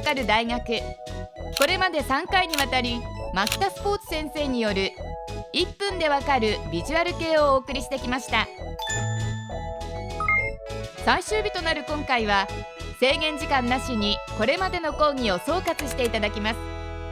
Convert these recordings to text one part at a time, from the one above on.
かかる大学。これまで3回にわたり牧田スポーツ先生による1分でわかるビジュアル系をお送りしてきました。最終日となる今回は制限時間なしにこれまでの講義を総括していただきます。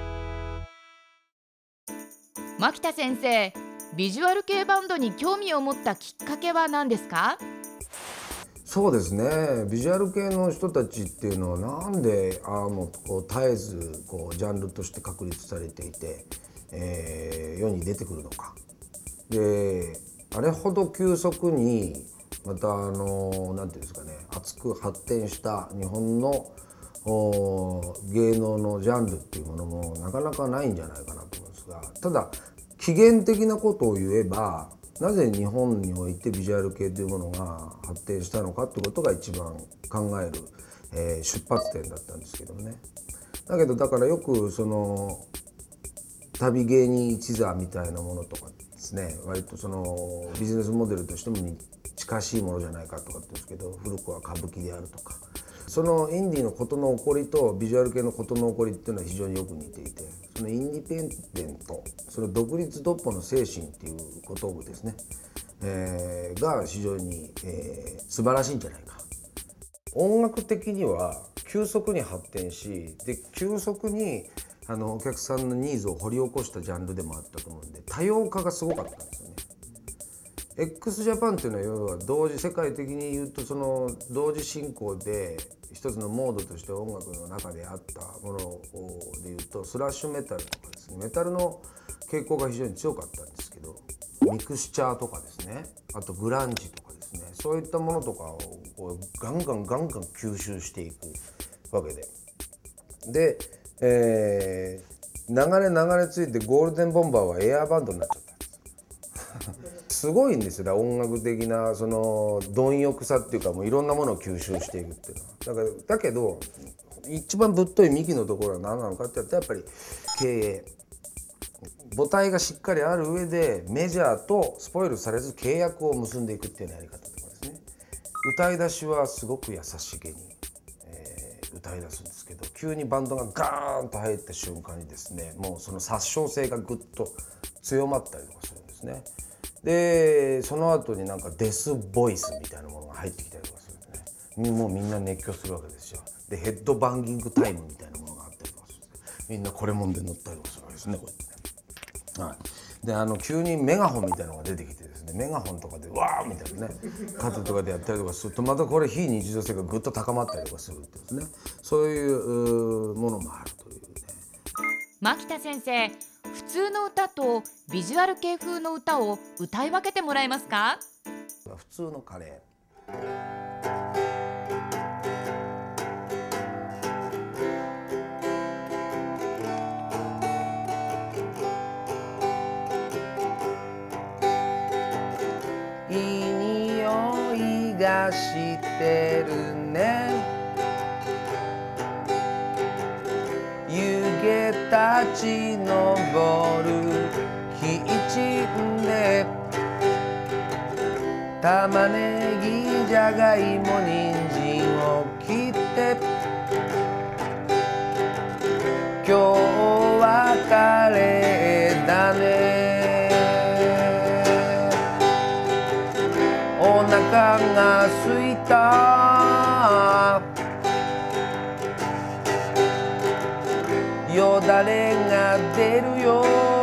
牧田先生、ビジュアル系バンドに興味を持ったきっかけは何ですか？ そうですね、ビジュアル系の人たちっていうのはなんでもう絶えずジャンルとして確立されていて、世に出てくるのか。であれほど急速にまたなんていうんですかね、熱く発展した日本の芸能のジャンルっていうものもなかなかないんじゃないかなと思うんですが、ただ起源的なことを言えば、なぜ日本においてビジュアル系というものが発展したのかってことが一番考える、出発点だったんですけどね。だからよくその旅芸人一座みたいなものとかですね、割とそのビジネスモデルとしても近しいものじゃないかとかって言うんですけど、古くは歌舞伎であるとか、そのインディーの事の起こりとビジュアル系の事の起こりっていうのは非常によく似ていて、そのインディペンデント、その独立独歩の精神っていうことをですね、が非常に、素晴らしいんじゃないか。音楽的には急速に発展し、で急速にお客さんのニーズを掘り起こしたジャンルでもあったと思うんで、多様化がすごかったんですよね。x ジャパンっていうのは要は世界的に言うとその同時進行で一つのモードとして音楽の中であったものでいうと、スラッシュメタルとかですね、メタルの傾向が非常に強かったんですけど、ミクスチャーとかですね、あとグランジとかですね、そういったものとかをガンガン吸収していくわけで、流れついてゴールデンボンバーはエアーバンドになっちゃったんですすごいんですよ。音楽的なその貪欲さっていうか、もういろんなものを吸収していくっていうのはだけど一番ぶっとい幹のところは何なのかって言ったら、やっぱり経営、母体がしっかりある上でメジャーとスポイルされず契約を結んでいくっていうようなやり方とかですね。歌い出しはすごく優しげに、歌い出すんですけど、急にバンドがガーンと入った瞬間にですね、もうその殺傷性がぐっと強まったりとかするんですね。でその後になんかデスボイスみたいなものが入ってきたりとかするんですね。もうみんな熱狂するわけですよ。でヘッドバンギングタイムみたいなものがあったりとかするんです。みんなこれもんで乗ったりとかするわけですね、こうやってね。はい、で急にメガホンみたいなのが出てきてですね、メガホンとかでわーみたいなね、肩とかでやったりとかすると、またこれ非日常性がぐっと高まったりとかするってですね、そういうものもあるというね。 牧田先生、普通の歌とビジュアル系風の歌を歌い分けてもらえますか？ 普通のカレー。いい匂いがしてるね、湯気立ち上るキッチンで、玉ねぎじゃがいも人参を切って、今日はカレーだね、お腹が空いた、よだれが出るよ、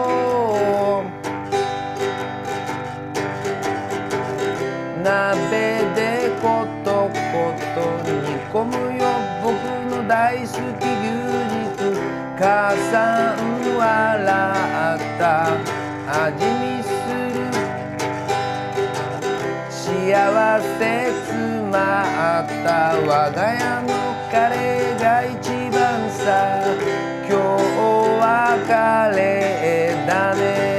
鍋でコトコト煮込むよ、僕の大好き牛肉、母さん笑った味見する、幸せ詰まった我が家のカレーが一番さ、今日はカレーだね、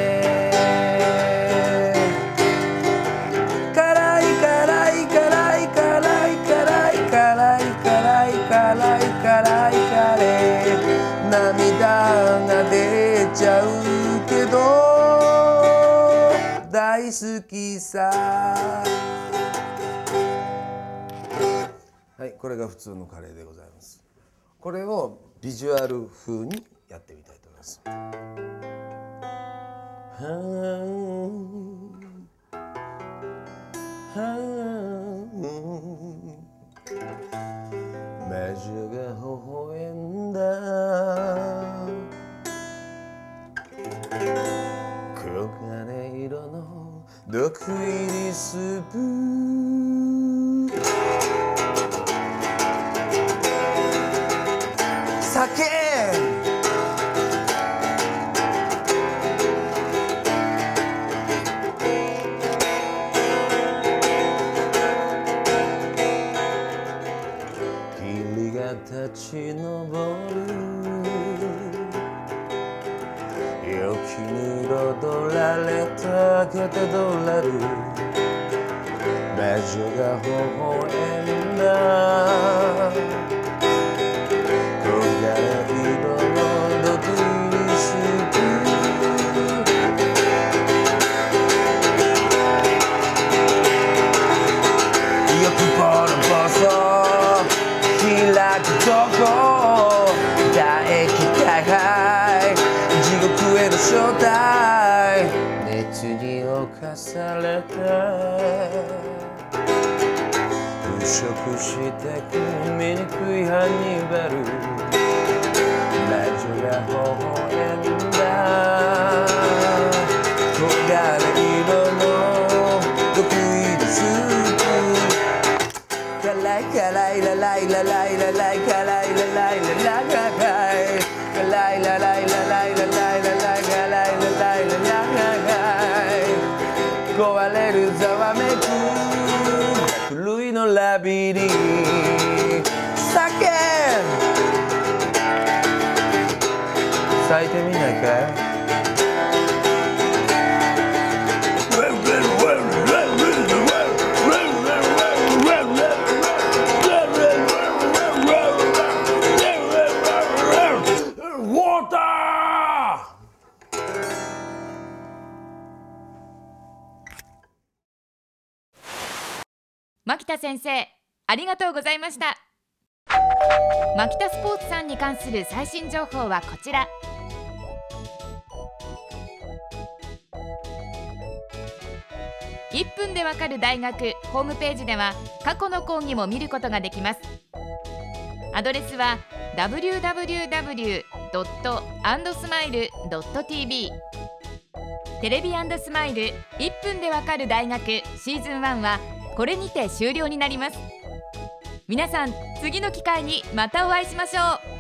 辛い辛い辛い辛い辛い辛い辛い辛い辛いカレー、涙が出ちゃうけど大好きさ。はい、これが普通のカレーでございます。これをビジュアル風にやってみたいと思います。魔女が微笑んだ黄金色の毒入りスープ酒霧が立ち上る陽気に彩られたカテドラル魔女が微笑んだ黄金色の毒入りスープよくボロボソ開くとこ唾液大敗地獄への招待熱に侵された腐食してく醜いハニバル魔女が微笑んだ黄金色の毒入りスープ辛い辛いラライラライラライ辛いラライラライ辛いラライラライラライラライラライ辛いラライラライ壊れるざわめく狂いのラビリン酒咲いてみないかい牧田先生、ありがとうございました。牧田スポーツさんに関する最新情報はこちら。1分でわかる大学ホームページでは過去の講義も見ることができます。アドレスは www.andsmile.tv テレビ&スマイル1分でわかる大学シーズン1はこれにて終了になります。皆さん、次の機会にまたお会いしましょう。